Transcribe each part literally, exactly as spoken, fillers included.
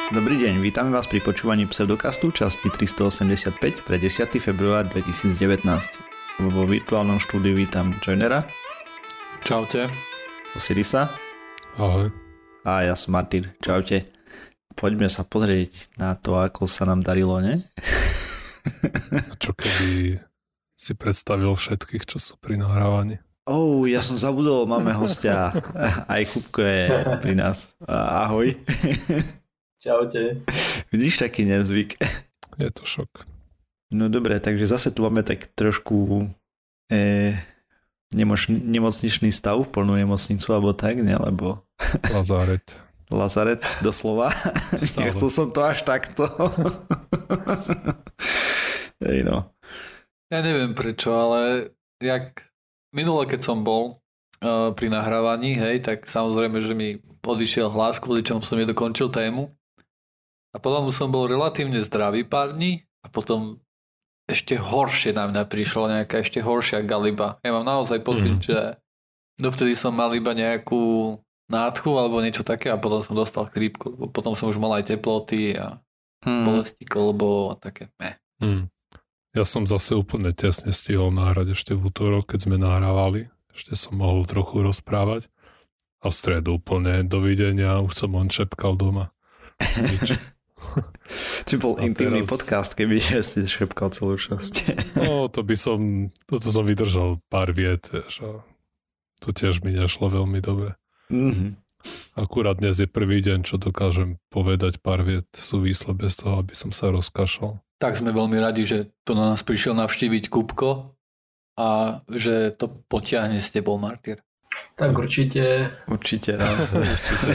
Dobrý deň, vítame vás pri počúvaní Pseudokastu časti tristoosemdesiatpäť pre desiateho február dvetisícdevätnásť. Vo virtuálnom štúdiu vítam Joinera. Čaute. Osirisa. Ahoj. A ja som Martin. Čaute. Poďme sa pozrieť na to, ako sa nám darilo, ne? A čo keby si predstavil všetkých, čo sú pri nahrávaní? Oh, ja som zabudol, máme hostia. Aj Kupko je pri nás. Ahoj. Čaute. Vidíš, taký nezvyk. Je to šok. No dobre, takže zase tu máme tak trošku e, nemoč, nemocničný stav, plnú nemocnicu alebo tak, ne? Lebo... Lazaret. Lazaret, doslova. Stále. Nechcel som to až takto. Hej no. Ja neviem prečo, ale jak minule, keď som bol uh, pri nahrávaní, hej, tak samozrejme, že mi odišiel hlas, kvôli čomu som nedokončil tému. A potom som bol relatívne zdravý pár dní a potom ešte horšie na mňa prišla nejaká ešte horšia galiba. Ja mám naozaj pocit, mm. že dovtedy som mal iba nejakú nádchu alebo niečo také a potom som dostal chrípku. Potom som už mal aj teploty a mm. bolesti klbov a také meh. Mm. Ja som zase úplne tesne stihol nahrať ešte v útorok, keď sme nahrávali. Ešte som mohol trochu rozprávať. A v stredu úplne dovidenia, už som on šepkal doma. Nič. Či bol a intimný teraz... podcast, keby si šepkal celú časť. No, to by som, toto som vydržal pár viet, vieš, a to tiež mi nešlo veľmi dobre. Mm-hmm. Akurát dnes je prvý deň, čo dokážem povedať pár viet súvisle bez toho, aby som sa rozkašal. Tak sme veľmi radi, že tu na nás prišiel navštíviť Kupko a že to potiahne s tebou, Martyr. Tak určite. Určite raz. Určite.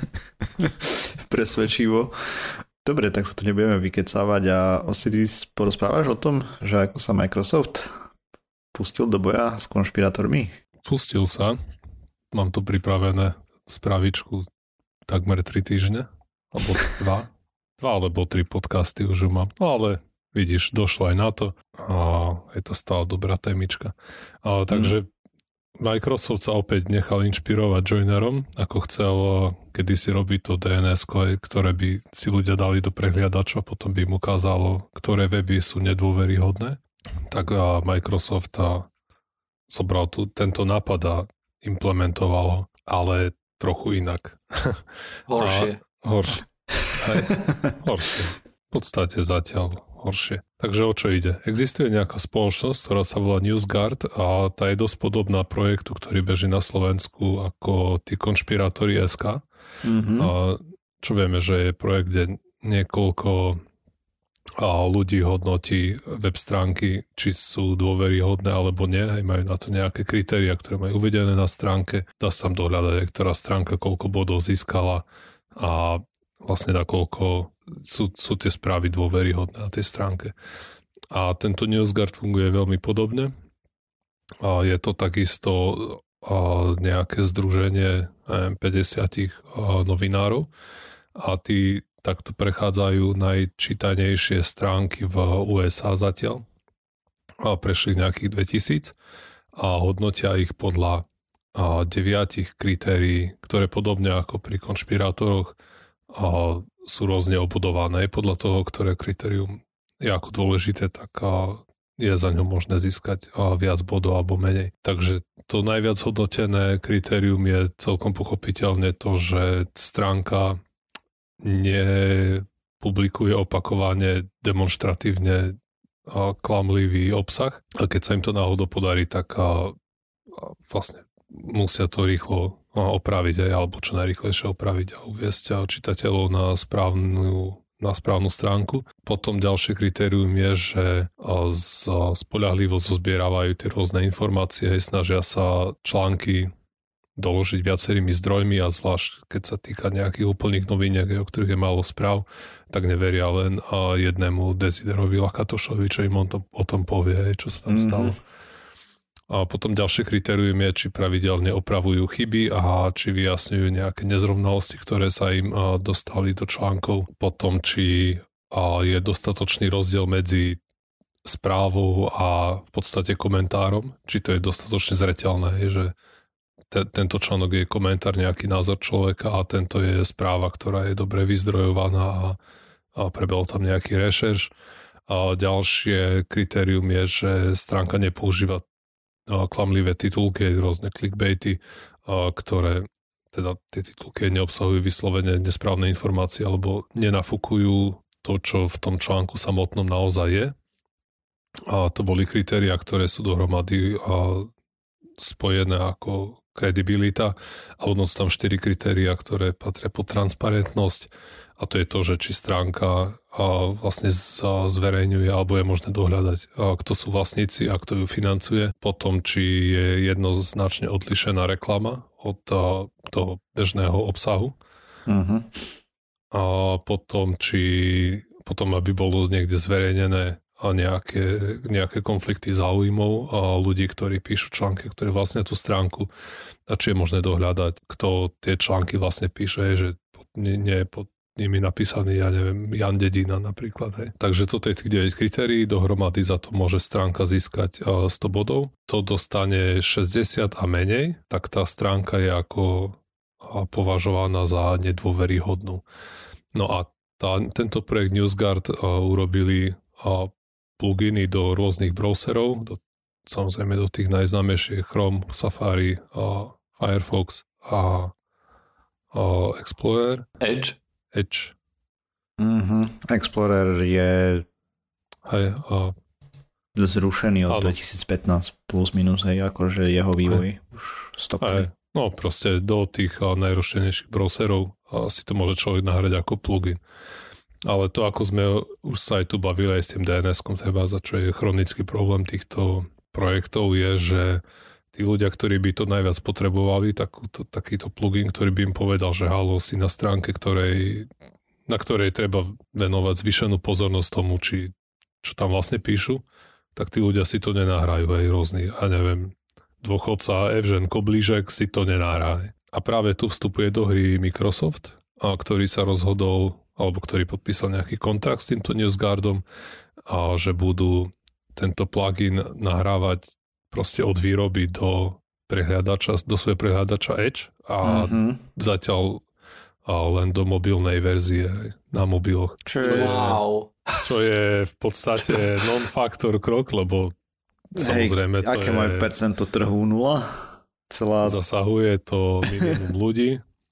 Presvedčivo. Dobre, tak sa tu nebudeme vykecávať a Osiris, porozprávaš o tom, že ako sa Microsoft pustil do boja s konšpirátormi? Pustil sa. Mám tu pripravené správičku takmer tri týždne. Alebo dva. Dva alebo tri podcasty už mám. No ale vidíš, došlo aj na to. A je to stále dobrá témička. A, takže mm. Microsoft sa opäť nechal inšpirovať Joinerom, ako chcel kedysi robiť to dé en es, ktoré by si ľudia dali do prehliadača a potom by im ukázalo, ktoré weby sú nedôveryhodné. Tak a Microsoft a zobral tu tento nápad a implementoval ho, ale trochu inak. Horšie. A, horšie. Hej, horšie. V podstate zatiaľ horšie. Takže o čo ide? Existuje nejaká spoločnosť, ktorá sa volá NewsGuard a tá je dosť podobná projektu, ktorý beží na Slovensku ako tí konšpirátori es ká. Mm-hmm. A čo vieme, že je projekt, kde niekoľko a ľudí hodnotí web stránky, či sú dôveryhodné alebo nie. Aj majú na to nejaké kritériá, ktoré majú uvedené na stránke. Dá sa tam dohľadať, ktorá stránka koľko bodov získala a vlastne nakoľko sú, sú tie správy dôveryhodné na tej stránke. A tento NewsGuard funguje veľmi podobne. A je to takisto a nejaké združenie neviem, päťdesiat a novinárov a tí takto prechádzajú najčítanejšie stránky v ú es á zatiaľ. A prešli nejakých dvetisíc a hodnotia ich podľa a deviatich kritérií, ktoré podobne ako pri konšpirátoroch a sú rôzne obudované. Podľa toho, ktoré kritérium je ako dôležité, tak je za ňo možné získať viac bodov alebo menej. Takže to najviac hodnotené kritérium je celkom pochopiteľne to, že stránka nepublikuje opakovane demonštratívne klamlivý obsah. A keď sa im to náhodou podarí, tak vlastne musia to rýchlo opraviť aj, alebo čo najrýchlejšie opraviť a uviesť čitateľov na správnu, na správnu stránku. Potom ďalšie kritérium je, že spoľahlivo zozbieravajú tie rôzne informácie, snažia sa články doložiť viacerými zdrojmi a zvlášť keď sa týka nejakých úplných noviniek, o ktorých je málo správ, tak neveria len jednému Desiderovi Lakatošovi, čo im on to, o tom povie, čo sa tam mm-hmm. stalo. A potom ďalšie kritérium je, či pravidelne opravujú chyby a či vyjasňujú nejaké nezrovnalosti, ktoré sa im dostali do článkov. Potom, či je dostatočný rozdiel medzi správou a v podstate komentárom, či to je dostatočne zreteľné, že te, tento článok je komentár, nejaký názor človeka a tento je správa, ktorá je dobre vyzdrojovaná a, a prebehol tam nejaký rešerš. A ďalšie kritérium je, že stránka nepoužíva klamlivé titulky, rôzne clickbaity, ktoré teda tie titulky neobsahujú vyslovene nesprávne informácie alebo nenafúkujú to, čo v tom článku samotnom naozaj je. A to boli kritériá, ktoré sú dohromady a spojené ako kredibilita. A potom sú tam štyri kritériá, ktoré patria pod transparentnosť. A to je to, že či stránka a vlastne zverejňuje alebo je možné dohľadať, a kto sú vlastníci a kto ju financuje. Potom, či je jednoznačne odlišená reklama od toho bežného obsahu. Uh-huh. A potom, či potom, aby bolo niekde zverejnené a nejaké, nejaké konflikty záujmov a ľudí, ktorí píšu články, ktorí vlastne tú stránku a či je možné dohľadať, kto tie články vlastne píše, že nie, nie je pod nimi napísaný, ja neviem, Jan Dedina napríklad. Hej. Takže toto je tých deväť kritérií, dohromady za to môže stránka získať sto bodov. To dostane šesťdesiat a menej, tak tá stránka je ako považovaná za nedôveryhodnú. No a tá, tento projekt NewsGuard uh, urobili uh, pluginy do rôznych browserov, do, samozrejme do tých najznámejších Chrome, Safari, uh, Firefox a uh, Explorer. Edge. Edge. Mm-hmm. Explorer je hej, uh, zrušený od áno. dvetisícpätnásť plus minus, hej, akože jeho vývoj hej. Už stopli. No proste do tých uh, najrozšírenejších browserov uh, si to môže človek nahrať ako plugin. Ale to, ako sme už sa aj tu bavili aj s tým dé en eskom, teda, za čo je chronický problém týchto projektov, je, že tí ľudia, ktorí by to najviac potrebovali, takúto, takýto plugin, ktorý by im povedal, že halo, si na stránke, ktorej, na ktorej treba venovať zvýšenú pozornosť tomu, či, čo tam vlastne píšu, tak tí ľudia si to nenahrajú, aj rôzny, a neviem, dôchodca Evžen Koblížek si to nenahraje. A práve tu vstupuje do hry Microsoft, a ktorý sa rozhodol, alebo ktorý podpísal nejaký kontrakt s týmto NewsGuardom, a že budú tento plugin nahrávať proste od výroby do prehľadača, do svojej prehľadača Edge a mm-hmm. zatiaľ a len do mobilnej verzie na mobiloch. Čo je, wow. čo je v podstate non-factor krok, lebo hej, samozrejme to aké je... majú percento trhu? Nula? Celá... Zasahuje to minimum ľudí.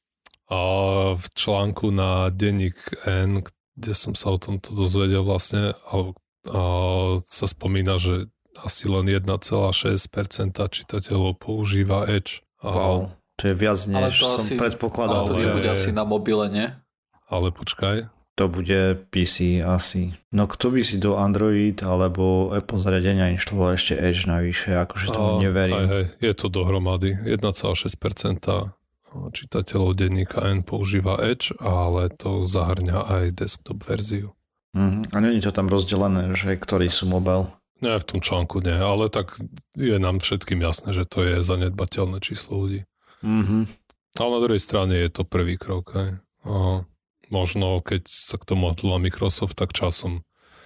A v článku na denník N, kde som sa o tomto dozvedel vlastne, a, a sa spomína, že asi len jeden celá šesť percenta čitateľov používa Edge. Wow, to je viac, než som asi, predpokladal. Ale to nebude asi na mobile, nie? Ale počkaj. To bude pé cé asi. No kto by si do Android alebo Apple zariadenia inštaloval ešte Edge navyše, akože tomu neverím. Hej, hej, je to dohromady. jeden celá šesť percenta čitateľov denníka N používa Edge, ale to zahrňa aj desktop verziu. Uh-huh. A nie je to tam rozdelené, že ktorí sú mobile? Nie, v tom článku nie, ale tak je nám všetkým jasné, že to je zanedbateľné číslo ľudí. Mm-hmm. Ale na druhej strane je to prvý krok. Aj. A možno, keď sa k tomu odvolá Microsoft, tak časom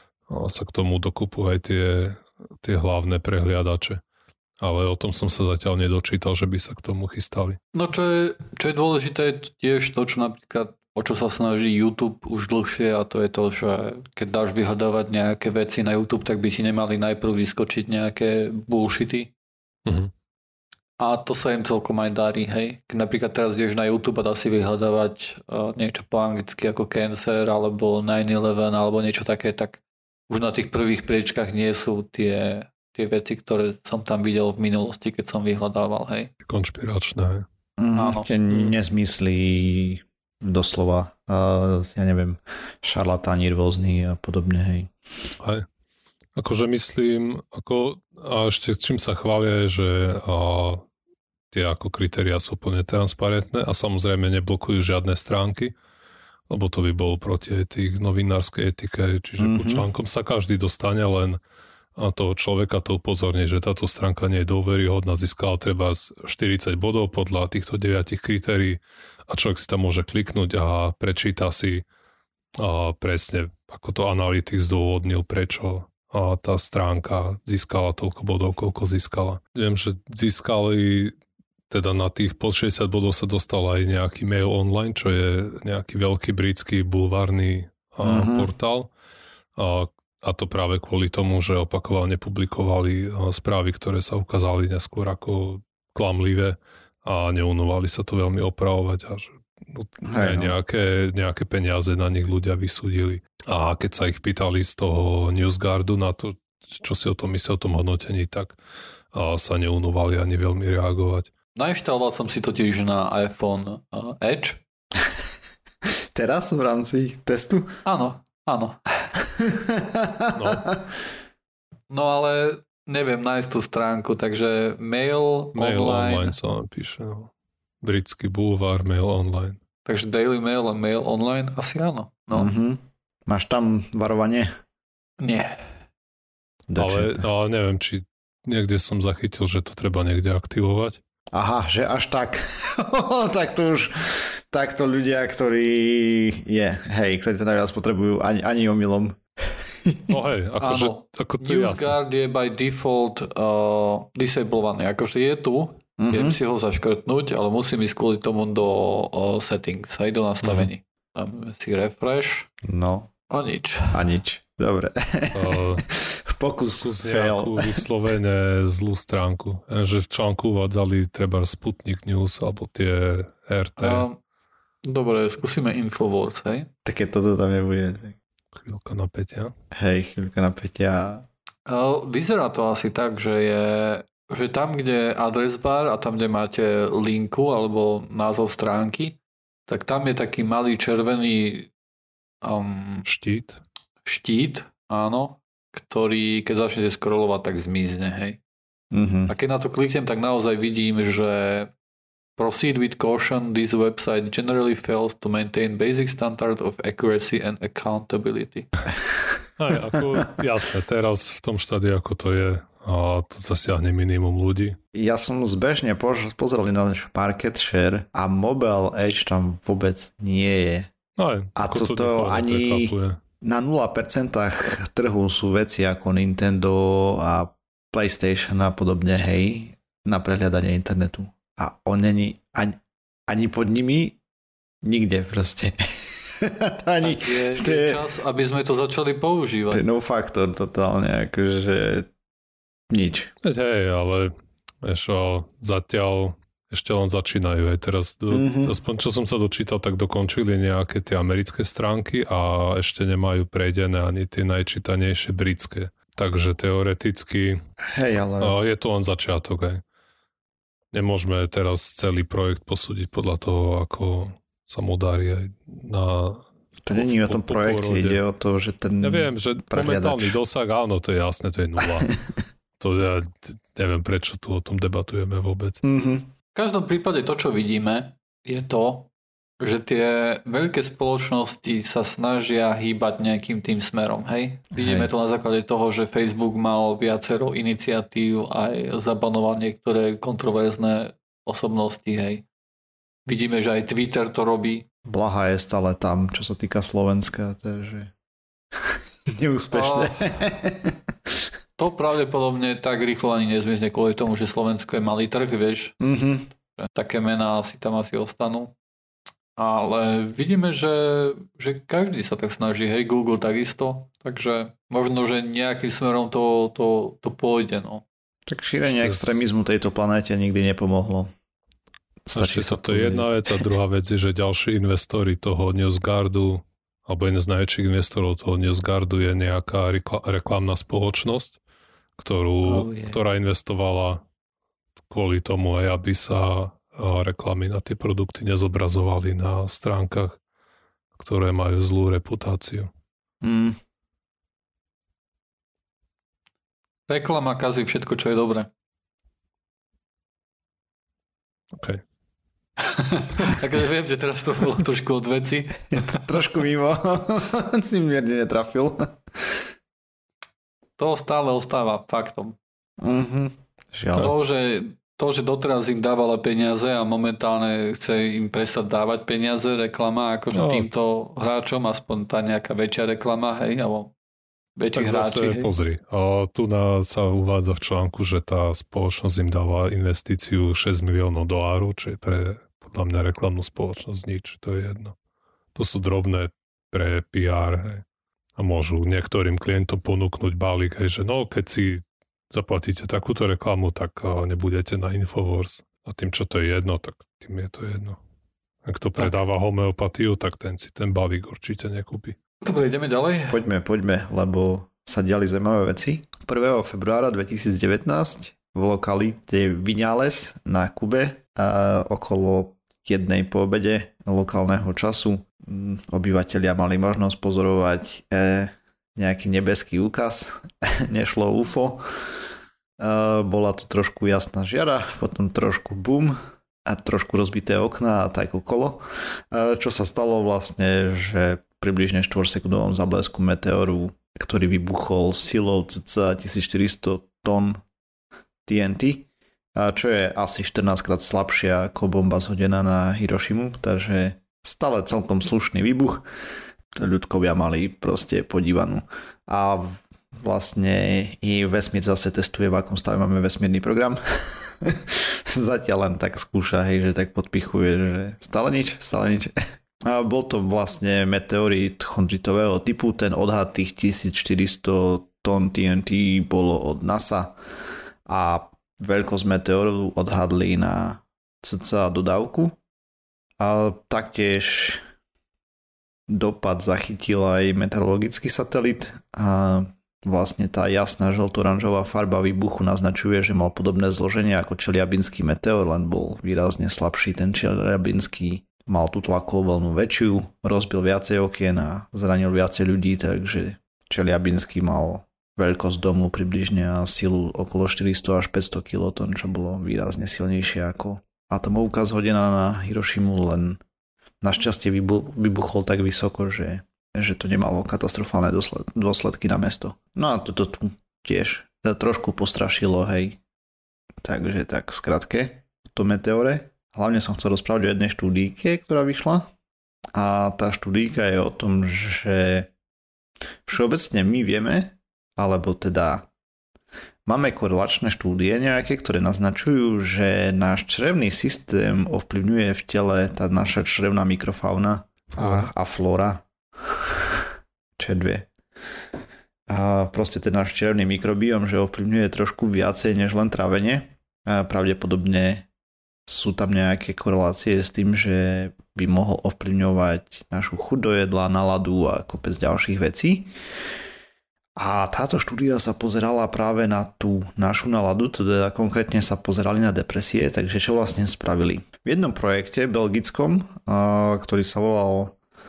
sa k tomu dokupú aj tie, tie hlavné prehliadače. Ale o tom som sa zatiaľ nedočítal, že by sa k tomu chystali. No čo je, čo je dôležité, je tiež to, čo napríklad o čo sa snaží YouTube už dlhšie, a to je to, že keď dáš vyhľadávať nejaké veci na YouTube, tak by ti nemali najprv vyskočiť nejaké bullshity. Uh-huh. A to sa im celkom aj darí, hej. Keď napríklad teraz ideš na YouTube a dá si vyhľadávať uh, niečo po anglicky ako cancer alebo nine eleven alebo niečo také, tak už na tých prvých priečkách nie sú tie, tie veci, ktoré som tam videl v minulosti, keď som vyhľadával, hej. Konšpiračné, hej. Mm, áno. Tie nezmyslí doslova, uh, ja neviem, šarlatáni rôzni a podobne, hej. Aj. Akože myslím, ako, a ešte čím sa chvália, že a, tie ako kritériá sú plne transparentné a samozrejme neblokujú žiadne stránky, lebo to by bolo proti tých novinárskej etike, čiže mm-hmm. pod článkom sa každý dostane, len a toho človeka to upozorní, že táto stránka nie je dôveryhodná, získala treba štyridsať bodov podľa týchto deviatich kritérií a človek si tam môže kliknúť a prečíta si a presne, ako to analytik zdôvodnil, prečo a tá stránka získala toľko bodov, koľko získala. Viem, že získali teda na tých pod šesťdesiat bodov sa dostal aj nejaký Mail Online, čo je nejaký veľký britský bulvárny mm-hmm. portál. A, a to práve kvôli tomu, že opakovane publikovali správy, ktoré sa ukázali neskôr ako klamlivé a neunovali sa to veľmi opravovať a že no, Hej, no. nejaké, nejaké peniaze na nich ľudia vysúdili. A keď sa ich pýtali z toho NewsGuardu na to, čo si o tom myslí, o tom hodnotení, tak a sa neunovali ani veľmi reagovať. Nainštaloval som si totiž na iPhone uh, Edge. Teraz v rámci testu? Áno, áno. no. no ale neviem nájsť tú stránku, takže Mail, Mail Online. Online sa nám píše, no. Britský bulvár Mail Online. Takže Daily Mail a Mail Online asi áno. No. Mm-hmm. Máš tam varovanie? Nie. Ale, ale neviem, či niekde som zachytil, že to treba niekde aktivovať. Aha, že až tak. tak to už takto ľudia, ktorí je, hej, ktorí to najviac potrebujú, ani, ani omylom. No hej, akože ako to je jasné. NewsGuard je by default uh, disablovaný. Akože je tu, mm-hmm. viem si ho zaškrtnúť, ale musím ísť kvôli tomu do uh, settings, aj do nastavení. Mm-hmm. Dáme si refresh. No. A nič. A nič. Dobre. Uh, Pokus fail. Nejakú vyslovene zlú stránku. Že v článku uvádzali treba Sputnik News alebo tie er té. Uh, dobre, skúsime Infowars, hej? Také toto tam nebude. Chvíľka napätia. Hej, chvíľka napätia. Uh, vyzerá to asi tak, že je že tam, kde je address bar a tam, kde máte linku alebo názov stránky, tak tam je taký malý červený um, štít. Štít, áno, ktorý, keď začnete scrollovať, tak zmizne, hej. Mm-hmm. A keď na to kliknem, tak naozaj vidím, že proceed with caution, this website generally fails to maintain basic standard of accuracy and accountability. Aj, ako jasne, teraz v tom štádiu, ako to je, a to zasiahne minimum ľudí. Ja som zbežne pozrel na náš market share a Mobile Edge tam vôbec nie je. Aj, a toto to ani na nula percent trhu sú veci ako Nintendo a PlayStation a podobne, hej, na prehľadanie internetu. A on není ani, ani pod nimi nikde proste. ani, je, to je čas, aby sme to začali používať. To je no faktor totálne, akože nič. Hej, ale vieš, zatiaľ ešte len začínajú. Aj teraz, mm-hmm. aspoň čo som sa dočítal, tak dokončili nejaké tie americké stránky a ešte nemajú prejdené ani tie najčítanejšie britské. Takže teoreticky Hej, ale... je to len začiatok. Aj. Nemôžeme teraz celý projekt posúdiť podľa toho, ako sa mu darí aj na... To není o tom po, projekte, po ide o to, že ten Ja viem, že momentálny dosah, áno, to je jasné, to je nula. To ja neviem, prečo tu o tom debatujeme vôbec. Mm-hmm. V každom prípade to, čo vidíme, je to, že tie veľké spoločnosti sa snažia hýbať nejakým tým smerom, hej? Vidíme hej. to na základe toho, že Facebook mal viacero iniciatív aj zabanoval niektoré kontroverzné osobnosti, hej? Vidíme, že aj Twitter to robí. Blaha je stále tam, čo sa týka Slovenska, takže neúspešné. A... To pravdepodobne tak rýchlo ani nezmizne kvôli tomu, že Slovensko je malý trh, vieš. Mm-hmm. Také mená si tam asi ostanú. Ale vidíme, že, že každý sa tak snaží, hej, Google takisto. Takže možno, že nejakým smerom to, to, to pôjde, no. Tak šírenie Ešte extrémizmu tejto planéte nikdy nepomohlo. Stačí sa to je jedna vec a druhá vec je, že ďalší investori toho NewsGuardu alebo jeden z najväčších investorov toho NewsGuardu je nejaká rekla- reklamná spoločnosť, ktorú, oh, yeah. ktorá investovala kvôli tomu aj, aby sa reklamy na tie produkty nezobrazovali na stránkach, ktoré majú zlú reputáciu. Mm. Reklama kazí všetko, čo je dobré. OK. Takže viem, že teraz to bolo trošku od veci. Trošku mimo. Si mierne netrafil. To stále ostáva faktom. Mm-hmm. To, že, to, že doteraz im dávala peniaze a momentálne chce im prestať dávať peniaze, reklama, akože no. týmto hráčom, aspoň tá nejaká väčšia reklama, hej, alebo väčších tak hráči. Zase, pozri, a tu na, sa uvádza v článku, že tá spoločnosť im dala investíciu šesť miliónov dolárov, čo je pre podľa mňa reklamnú spoločnosť nič, to je jedno. To sú drobné pre pé er, hej. A môžu niektorým klientom ponúknuť balík, hej, že no, keď si zaplatíte takúto reklamu, tak nebudete na Infowars. A tým, čo to je jedno, tak tým je to jedno. Ak to predáva tak homeopatiu, tak ten si ten balík určite nekúpi. Dobre, ideme ďalej? Poďme, poďme, lebo sa diali zaujímavé veci. prvého februára dvetisícdevätnásť v lokalite Vinales na Kube a okolo jednej po obede lokálneho času obyvatelia mali možnosť pozorovať e, nejaký nebeský úkaz. Nešlo ú ef ó. E, bola to trošku jasná žiara, potom trošku bum a trošku rozbité okná a tak okolo. E, čo sa stalo vlastne, že približne štvorsekundovom zablesku meteoru, ktorý vybuchol silou cca tisícštyristo tón té en té, a čo je asi štrnásťkrát slabšia ako bomba zhodená na Hirošimu, takže stále celkom slušný výbuch. Ľudkovia mali proste podívanú. A vlastne i vesmír zase testuje, v akom stave máme vesmírny program. Zatiaľ len tak skúša, hej, že tak podpichuje, že stále nič, stále nič. A bol to vlastne meteorit chondritového typu, ten odhad tých tisícštyristo tón té en té bolo od NASA a veľkosť meteoru odhadli na cca dodávku. A taktiež dopad zachytil aj meteorologický satelit a vlastne tá jasná žlto-oranžová farba výbuchu naznačuje, že mal podobné zloženie ako Čeliabinský meteor, len bol výrazne slabší. Ten Čeliabinský mal tú tlakovú vlnu väčšiu, rozbil viacej okien a zranil viacej ľudí, takže Čeliabinský mal veľkosť domu približne a silu okolo štyristo až päťsto kilotón, čo bolo výrazne silnejšie ako atomovka zhodená na Hirošimu, len našťastie vybuchol tak vysoko, že, že to nemalo katastrofálne dôsledky na mesto. No a toto tu tiež trošku postrašilo, hej. Takže tak v skratke o tom meteore. Hlavne som chcel rozprávať o jednej štúdíke, ktorá vyšla. A tá štúdíka je o tom, že všeobecne my vieme, alebo teda máme korelačné štúdie nejaké, ktoré naznačujú, že náš črevný systém ovplyvňuje v tele tá naša črevná mikrofauna a, a flóra. Čo je dve. A proste ten náš črevný mikrobióm, že ovplyvňuje trošku viacej než len trávenie. A pravdepodobne sú tam nejaké korelácie s tým, že by mohol ovplyvňovať našu chuť do jedla, náladu a kopec ďalších vecí. A táto štúdia sa pozerala práve na tú našu náladu, teda konkrétne sa pozerali na depresie, takže čo vlastne spravili? V jednom projekte belgickom, ktorý sa volal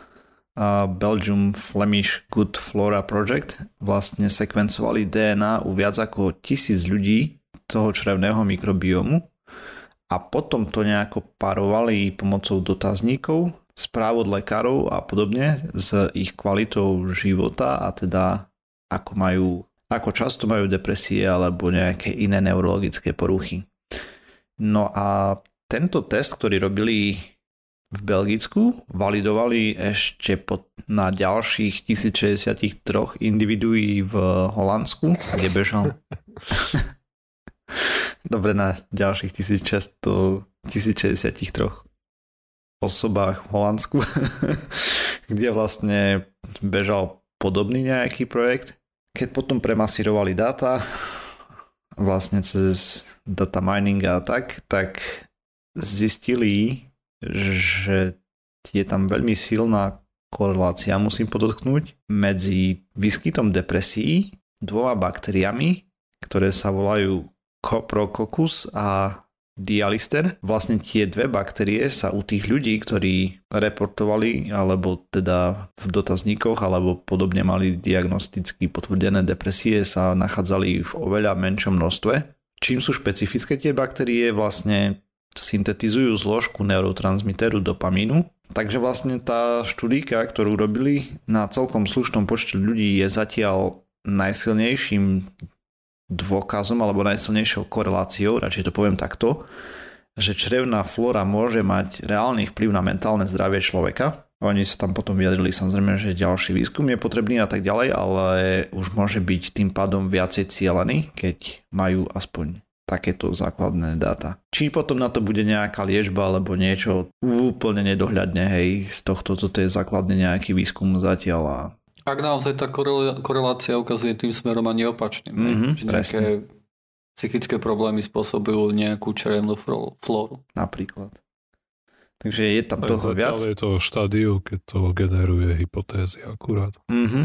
Belgium Flemish Good Flora Project, vlastne sekvencovali dé en á u viac ako tisíc ľudí toho črevného mikrobiomu a potom to nejako parovali pomocou dotazníkov, správ od lekárov a podobne s ich kvalitou života a teda ako majú, ako často majú depresie alebo nejaké iné neurologické poruchy. No a tento test, ktorý robili v Belgicku, validovali ešte pod, na ďalších tisícšesťdesiattri individuí v Holandsku, kde bežal dobre, na ďalších tisícšesťdesiattri osobách v Holandsku, kde vlastne bežal podobný nejaký projekt. Keď potom premasírovali dáta vlastne cez data mining a tak, tak zistili, že je tam veľmi silná korelácia, musím podotknúť, medzi výskytom depresií dvoma baktériami, ktoré sa volajú Coprococcus a Dialister. Vlastne tie dve baktérie sa u tých ľudí, ktorí reportovali alebo teda v dotazníkoch alebo podobne mali diagnosticky potvrdené depresie, sa nachádzali v oveľa menšom množstve. Čím sú špecifické tie baktérie, vlastne syntetizujú zložku neurotransmiteru dopamínu. Takže vlastne tá štúdíka, ktorú robili na celkom slušnom počte ľudí, je zatiaľ najsilnejším dôkazom alebo najsilnejšou koreláciou, radšej to poviem takto, že črevná flóra môže mať reálny vplyv na mentálne zdravie človeka. Oni sa tam potom vyjadrili samozrejme, že ďalší výskum je potrebný a tak ďalej, ale už môže byť tým pádom viacej cielený, keď majú aspoň takéto základné dáta. Či potom na to bude nejaká liečba alebo niečo úplne nedohľadne, hej, z tohto, toto je základný nejaký výskum zatiaľ a... Ak naozaj tá korelácia ukazuje tým smerom a neopačným, mm-hmm, že nejaké psychické problémy spôsobujú nejakú čerevnú flóru. Napríklad. Takže je tam toho viac. Ale je to štádiu, keď to generuje hypotézy akurát. Mm-hmm.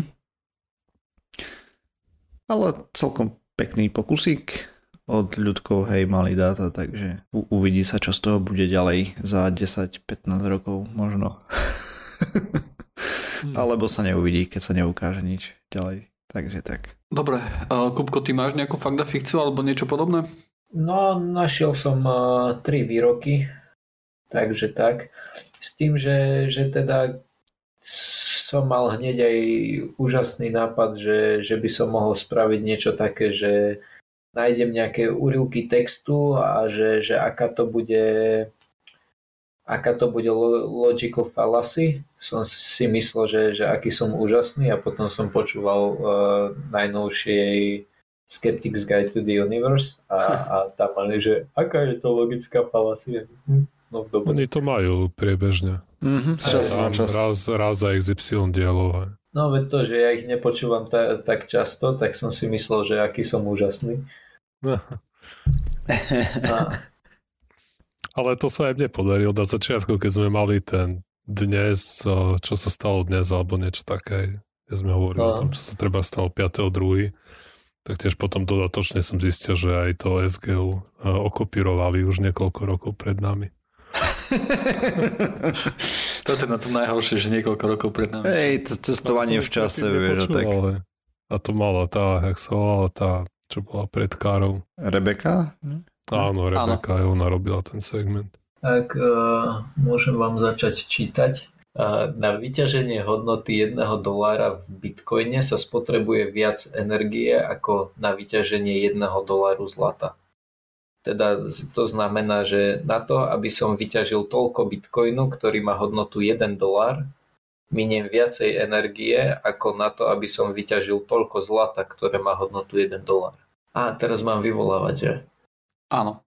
Ale celkom pekný pokusík od ľudkov, hej, mali dáta, takže u- uvidí sa, čo z toho bude ďalej za desať pätnásť rokov možno. hmm. Alebo sa neuvidí, keď sa neukáže nič ďalej. Takže tak. Dobre, uh, Kupko, ty máš nejakú fakta fikciu alebo niečo podobné? No, našiel som uh, tri výroky, takže tak. S tým, že, že teda som mal hneď aj úžasný nápad, že, že by som mohol spraviť niečo také, že nájdem nejaké úryvky textu a že, že aká to bude aká to bude logical fallacy. Som si myslel, že, že aký som úžasný a potom som počúval uh, najnovšej Skeptic's Guide to the Universe a, a tam mali, že aká je to logická fallacy. Hm, no dobre. Oni to majú priebežne. Mm-hmm, čas, čas. Raz, raz za iks ypsilon dielov. No veď to, že ja ich nepočúvam ta, tak často, tak som si myslel, že aký som úžasný. a... Ale to sa aj mne podarilo na začiatku, keď sme mali ten dnes, čo sa stalo dnes, alebo niečo také, kde sme hovorili no. o tom, čo sa treba stalo piateho druhého Tak tiež potom dodatočne som zistil, že aj to es gé u okopírovali už niekoľko rokov pred nami. Toto je na tom najhoršie, že niekoľko rokov pred nami. Hej, to cestovanie v čase, vieš, tak. A to mala tá, jak sa volala tá, čo bola pred Károu. Rebeka? Áno, Rebeka, aj ona robila ten segment. Tak uh, môžem vám začať čítať. Uh, na vyťaženie hodnoty jedného dolára v bitcoine sa spotrebuje viac energie ako na vyťaženie jedného doláru zlata. Teda to znamená, že na to, aby som vyťažil toľko bitcoinu, ktorý má hodnotu jeden dolár, miniem viacej energie ako na to, aby som vyťažil toľko zlata, ktoré má hodnotu jeden dolár. A teraz mám vyvolávať, že? Áno.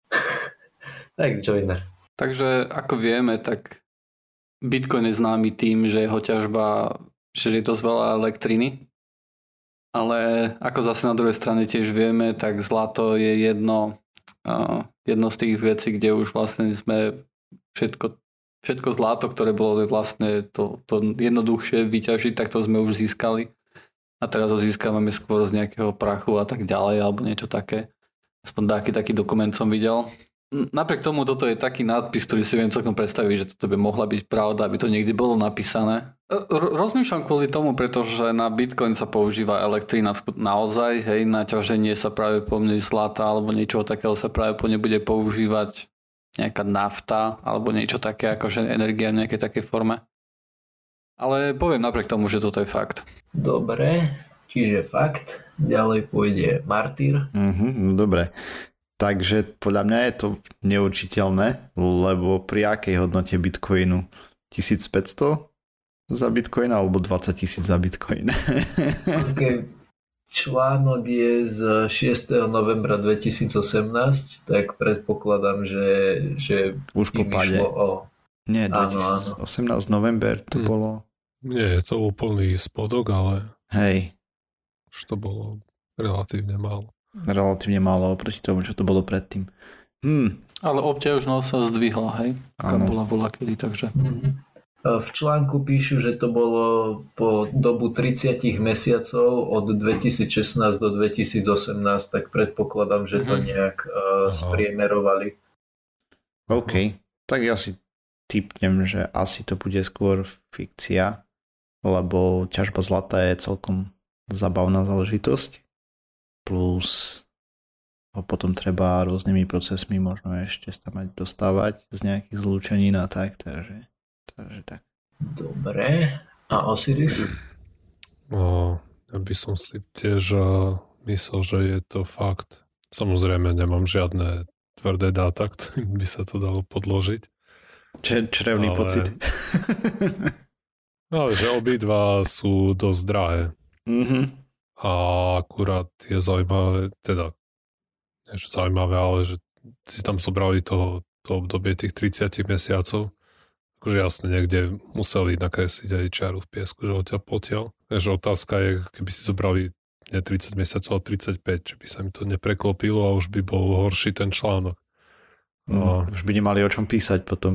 Tak, joiner. Takže ako vieme, tak Bitcoin je známy tým, že jeho ťažba, že je dosť veľa elektriny. Ale ako zase na druhej strane tiež vieme, tak zlato je jedno, uh, jedno z tých vecí, kde už vlastne sme všetko, všetko zlato, ktoré bolo vlastne to, to jednoduchšie vyťažiť, tak to sme už získali. A teraz ho získavame skôr z nejakého prachu a tak ďalej, alebo niečo také. Aspoň taký, taký dokument som videl. Napriek tomu toto je taký nadpis, ktorý si viem celkom predstaviť, že toto by mohla byť pravda, aby to niekde bolo napísané. R- rozmýšľam kvôli tomu, pretože na Bitcoin sa používa elektrina naozaj, hej, na ťaženie sa práve po mne zlata alebo niečo takého sa práve po mne bude používať nejaká nafta alebo niečo také, akože energia v nejakej takej forme. Ale poviem napriek tomu, že toto je fakt. Dobre, čiže fakt. Ďalej pôjde martýr. Mm-hmm, dobre. Takže podľa mňa je to neučiteľné, lebo pri akej hodnote bitcoinu? tisícpäťsto za bitcoin alebo dvadsať tisíc za bitcoin? Okay. Článok je z šiesteho novembra dvetisícosemnásť, tak predpokladám, že, že už po páde. O... Nie, dvetisícosemnásť áno, áno. november to hm. bolo. Nie, to bol plný spodok, ale hej. Už to bolo relatívne málo. Relatívne málo oproti tomu, čo to bolo predtým. Hmm. Ale obťažnosť sa zdvihla, hej? Aká ano. Bola volakedy, takže... V článku píšu, že to bolo po dobu tridsať mesiacov od dvetisícšestnásť do dvetisícosemnásť, tak predpokladám, že to nejak uh, spriemerovali. OK, tak ja si tipnem, že asi to bude skôr fikcia, lebo ťažba zlata je celkom zabavná záležitosť. Plus ho potom treba rôznymi procesmi možno ešte sa mať dostávať z nejakých zlúčenín a tak, takže, takže tak. Dobre. A Osiris? No, ja by som si tiež myslel, že je to fakt. Samozrejme nemám žiadne tvrdé dáta, ktorým by sa to dalo podložiť. Č- črevný ale... pocit. Ale že obidva sú dosť drahé. Mm-hmm. A akurát je zaujímavé, teda nie že zaujímavé, ale že si tam zobrali to, to obdobie tých tridsať mesiacov. Akože jasne, niekde museli nakresliť aj čaru v piesku, že odtiaľ potiaľ. Takže otázka je, keby si zobrali nie tridsať mesiacov, ale tridsaťpäť, či by sa mi to nepreklopilo a už by bol horší ten článok. Mm, a... Už by nemali o čom písať potom.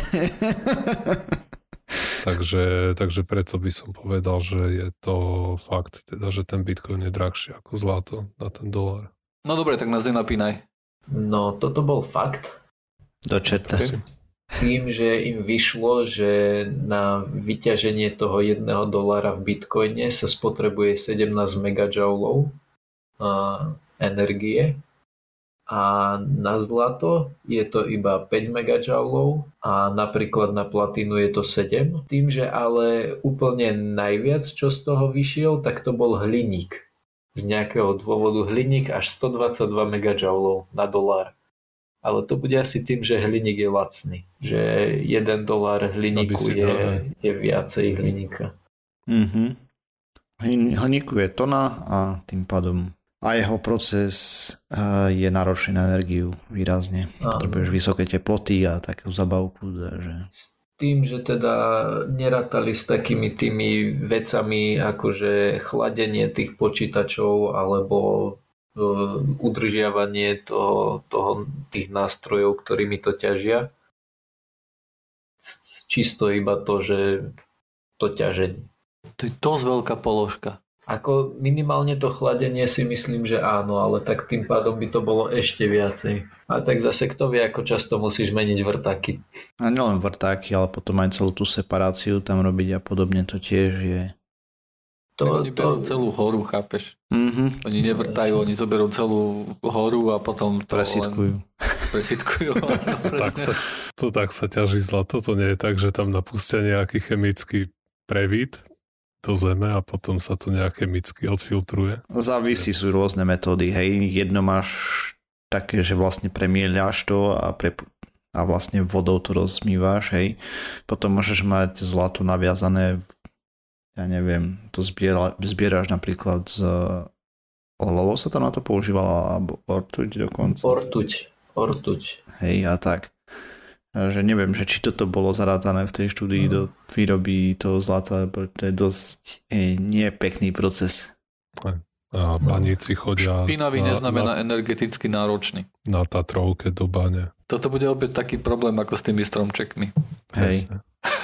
takže, takže preto by som povedal, že je to fakt, teda, že ten Bitcoin je drahší ako zlato na ten dolar. No dobre, tak nás nenapínaj. No, toto bol fakt. Do čerta. Tým, že im vyšlo, že na vyťaženie toho jedného dolára v Bitcoine sa spotrebuje sedemnásť megajoulov energie a na zlato je to iba päť megajoulov a napríklad na platínu je to sedem. Tým, že ale úplne najviac, čo z toho vyšiel, tak to bol hliník. Z nejakého dôvodu hliník až stodvadsaťdva megajoulov na dolár. Ale to bude asi tým, že hliník je lacný. Že jeden dolár hliníku je, je viacej hliníka. Mm-hmm. Hliníku je tona a tým pádom a jeho proces je náročný na energiu výrazne. Potrebuješ vysoké teploty a takú zabavku. Že... Tým, že teda nerátali s takými tými vecami akože chladenie tých počítačov alebo udržiavanie toho, toho, tých nástrojov, ktorými to ťažia. Čisto iba to, že to ťaženie. To je dosť veľká položka. Ako minimálne to chladenie si myslím, že áno, ale tak tým pádom by to bolo ešte viacej. A tak zase kto vie, ako často musíš meniť vrtáky. A nielen vrtáky, ale potom aj celú tú separáciu tam robiť a podobne, to tiež je. To, oni berú to... celú horu, chápeš? Mm-hmm. Oni nevrtajú, oni zoberú celú horu a potom to presitkujú. Len... Presitkujú. tak sa, to tak sa ťaží zlato, to nie je tak, že tam napustia nejaký chemický prevít do zeme a potom sa to nejak chemicky odfiltruje. Závisí, sú rôzne metódy, hej. Jedno máš také, že vlastne premieľaš to a, pre, a vlastne vodou to rozmývaš, hej. Potom môžeš mať zlato naviazané v ja neviem, to zbiera, zbieraš napríklad z olovo sa tam na to používalo, alebo ortuť dokonca. Ortuť, ortuť. Hej, a tak. Že neviem, že či toto bolo zarátané v tej štúdii mm. do výroby toho zlata, lebo to je dosť je, nie pekný proces. A baníci chodia... Špinavý neznamená na, energeticky náročný. Na Tatrovke do bane. Toto bude opäť taký problém ako s tými stromčekmi. Hej.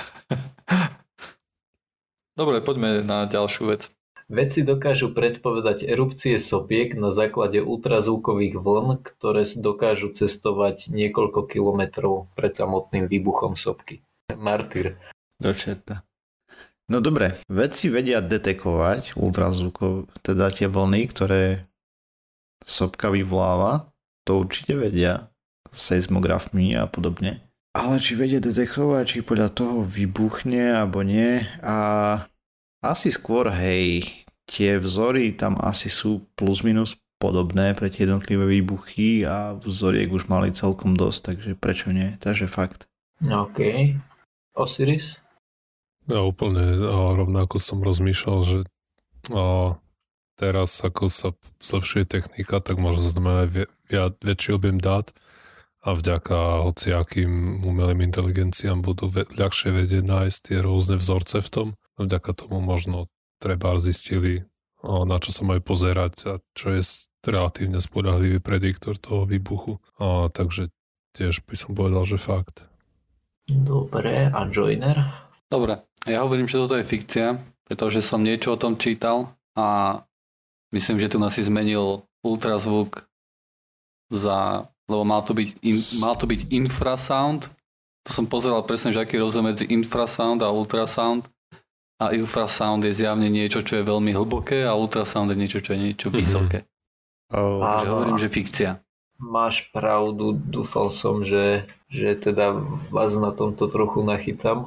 Dobre, poďme na ďalšiu vec. Vedci dokážu predpovedať erupcie sopiek na základe ultrazvukových vln, ktoré dokážu cestovať niekoľko kilometrov pred samotným výbuchom sopky. Martyr. Do čerta. No dobre, vedci vedia detekovať ultrazvukov, teda tie vlny, ktoré sopka vyvoláva, to určite vedia, seismografmi a podobne. Ale či vedia detekovať, či podľa toho vybuchne alebo nie. A asi skôr, hej, tie vzory tam asi sú plus minus podobné pre tie jednotlivé výbuchy a vzoriek už mali celkom dosť, takže prečo nie? Takže fakt. OK. Osiris? Ja úplne a rovnako som rozmýšľal, že a teraz ako sa zlepšuje technika, tak možno znamená vi- vi- väčší objem dát a vďaka hociakým umelým inteligenciám budú ve- ľahšie vedieť nájsť tie rôzne vzorce v tom. A vďaka tomu možno treba zistili, na čo sa majú pozerať a čo je relatívne spoľahlivý prediktor toho výbuchu. A takže tiež by som povedal, že fakt. Dobre, a Joiner? Dobre, ja hovorím, že toto je fikcia, pretože som niečo o tom čítal a myslím, že tu nás si zmenil ultrazvuk za... lebo mal to byť, in, mal to byť infrasound. To som pozeral presne, že aký je rozdiel medzi infrasound a ultrasound. A infrasound je zjavne niečo, čo je veľmi hlboké a ultrasound je niečo, čo je niečo vysoké. Oh. Takže hovorím, že fikcia. Máš pravdu, dúfal som, že, že teda vás na tomto trochu nachytám.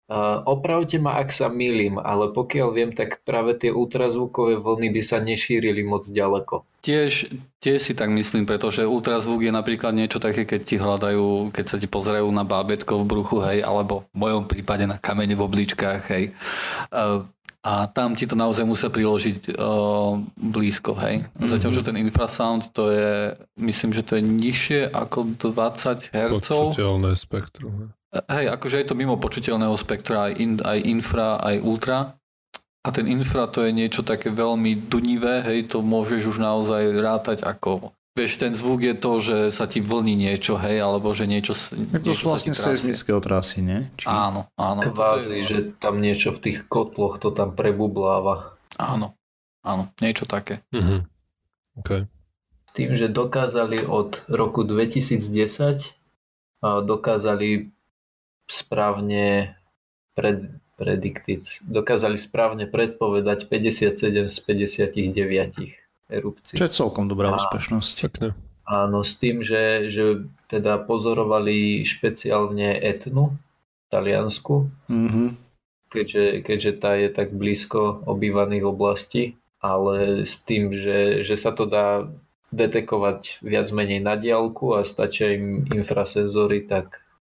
Uh, opravte ma, ak sa mýlim, ale pokiaľ viem, tak práve tie ultrazvukové vlny by sa nešírili moc ďaleko. Tiež, tiež si tak myslím, pretože ultrazvuk je napríklad niečo také, keď ti hľadajú, keď sa ti pozerajú na bábätko v bruchu, hej, alebo v mojom prípade na kamene v obličkách, hej. Uh, a tam ti to naozaj musia priložiť uh, blízko, hej. Zatiaľ, že ten infrasound, to je, myslím, že to je nižšie ako dvadsať hertzov. Počuteľné spektrum. Hej, akože je to mimo počuteľného spektra, aj, in, aj infra, aj ultra. A ten infra to je niečo také veľmi dunivé, hej, to môžeš už naozaj rátať ako... Vieš, ten zvuk je to, že sa ti vlní niečo, hej, alebo že niečo, tak to niečo sú vlastne seizmické otrasy, nie? Či... Áno, áno. Kvázi, je... že tam niečo v tých kotloch to tam prebubláva. Áno, áno, niečo také. Mhm. Okay. S tým, že dokázali od roku dvetisícdesať dokázali správne pred, prediktiť, dokázali správne predpovedať päťdesiatsedem z päťdesiatdeväť erupcií. Čo je celkom dobrá a, úspešnosť. Pekne. Áno, s tým, že, že teda pozorovali špeciálne Etnu v Taliansku, mm-hmm. keďže, keďže tá je tak blízko obývaných oblastí, ale s tým, že, že sa to dá detekovať viac menej na diaľku a stačia im infrasenzory, tak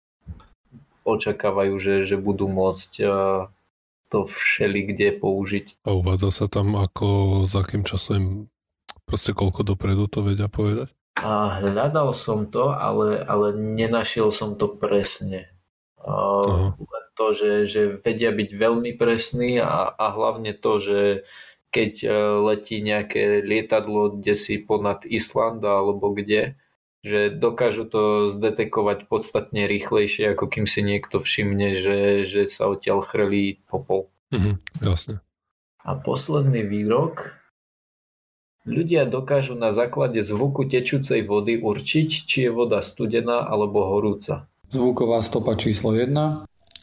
očakávajú, že, že budú môcť to všelikde použiť. A uvádza sa tam ako za akým časom, proste koľko dopredu to vedia povedať? A hľadal som to, ale, ale nenašiel som to presne. Uh, to, že, že vedia byť veľmi presní a, a hlavne to, že keď letí nejaké lietadlo kdesi ponad Island alebo kde, že dokážu to zdetekovať podstatne rýchlejšie, ako kým si niekto všimne, že, že sa odtiaľ chrlí popol. Mhm, jasne. A posledný výrok. Ľudia dokážu na základe zvuku tečúcej vody určiť, či je voda studená alebo horúca. Zvuková stopa číslo jedna.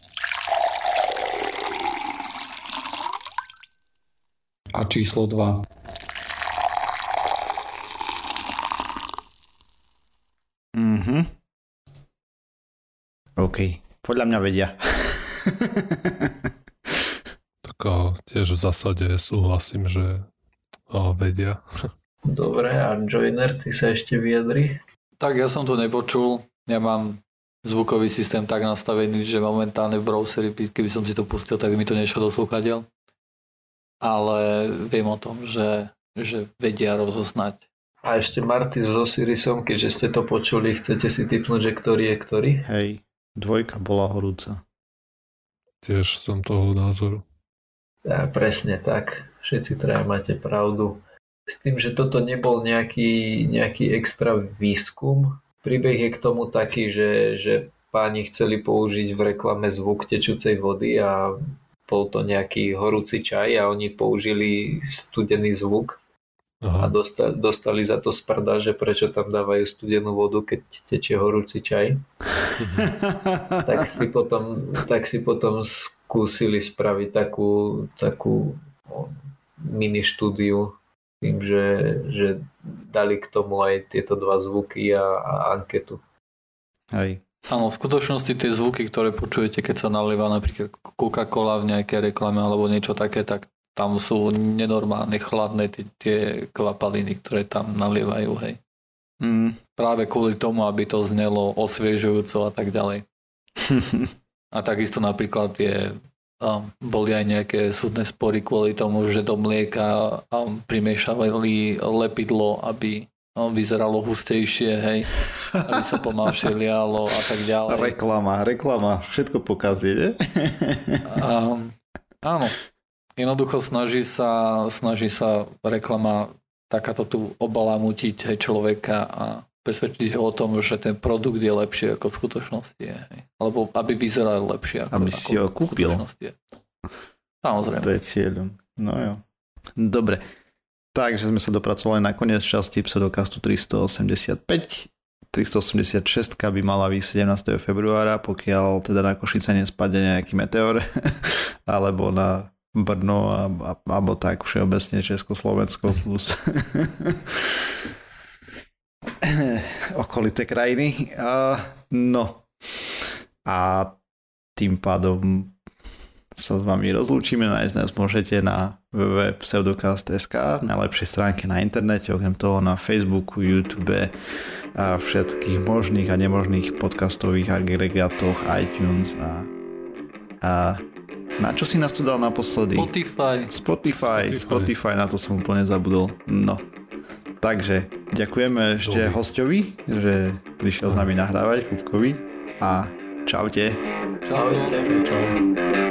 A číslo dva. Mhm. OK. Podľa mňa vedia. Tak tiež v zásade súhlasím, že o, vedia. Dobre, a Joiner, ty sa ešte vyjadri? Tak ja som to nepočul. Ja mám zvukový systém tak nastavený, že momentálne v browseri, keby som si to pustil, tak mi to nešlo do slúchadiel. Ale viem o tom, že, že vedia rozoznať. A ešte Marty s Osirisom, keďže ste to počuli, chcete si tipnúť, že ktorý je ktorý? Hej, dvojka bola horúca. Tiež som toho názoru. Ja, presne tak. Všetci traja máte pravdu. S tým, že toto nebol nejaký, nejaký extra výskum. Príbeh je k tomu taký, že, že páni chceli použiť v reklame zvuk tečúcej vody a bol to nejaký horúci čaj a oni použili studený zvuk. Aha. A dostali, dostali za to sprda, že prečo tam dávajú studenú vodu, keď tečie horúci čaj. tak, si potom, tak si potom skúsili spraviť takú, takú mini štúdiu tým, že, že dali k tomu aj tieto dva zvuky a, a anketu. Hej. Áno, v skutočnosti tie zvuky, ktoré počujete, keď sa nalieva napríklad Coca-Cola v nejakej reklame alebo niečo také, tak tam sú nenormálne chladné tie, tie kvapaliny, ktoré tam nalievajú, hej. Mm. Práve kvôli tomu, aby to znelo osviežujúco a tak ďalej. A takisto napríklad je, um, boli aj nejaké súdne spory kvôli tomu, že do mlieka um, primiešavali lepidlo, aby um, vyzeralo hustejšie, hej, aby sa pomalšie lialo a tak ďalej. Reklama, reklama, všetko pokazí, ne? um, áno. Jednoducho snaží sa, snaží sa reklama takáto tu obalamutiť hej, človeka a presvedčiť ho o tom, že ten produkt je lepší ako v skutočnosti je. Hej. Alebo aby vyzeral lepšie ako, aby ako si ho kúpil. Je. Samozrejme. To je cieľom. No jo. Dobre. Takže sme sa dopracovali na koniec časti Pseudocastu tristoosemdesiatpäť. tristoosemdesiatšesť by mala výsť sedemnásteho februára, pokiaľ teda na Košice nespadne nejaký meteor alebo na Brno a, a, alebo tak všeobecne Československo plus okolité krajiny. A, no a tým pádom sa s vami rozlúčime. Nájsť nás môžete na w w w bodka pseudokast bodka es ká, najlepšej stránke na internete, okrem toho na Facebooku, YouTube a všetkých možných a nemožných podcastových agregátoch, iTunes a, a na čo si nás tu dal naposledy? Spotify. Spotify. Spotify, Spotify, na to som úplne zabudol. No. Takže ďakujeme ešte Dobre. hostovi, že prišiel s nami nahrávať, Kupkovi. A čaute. Čau. Čau.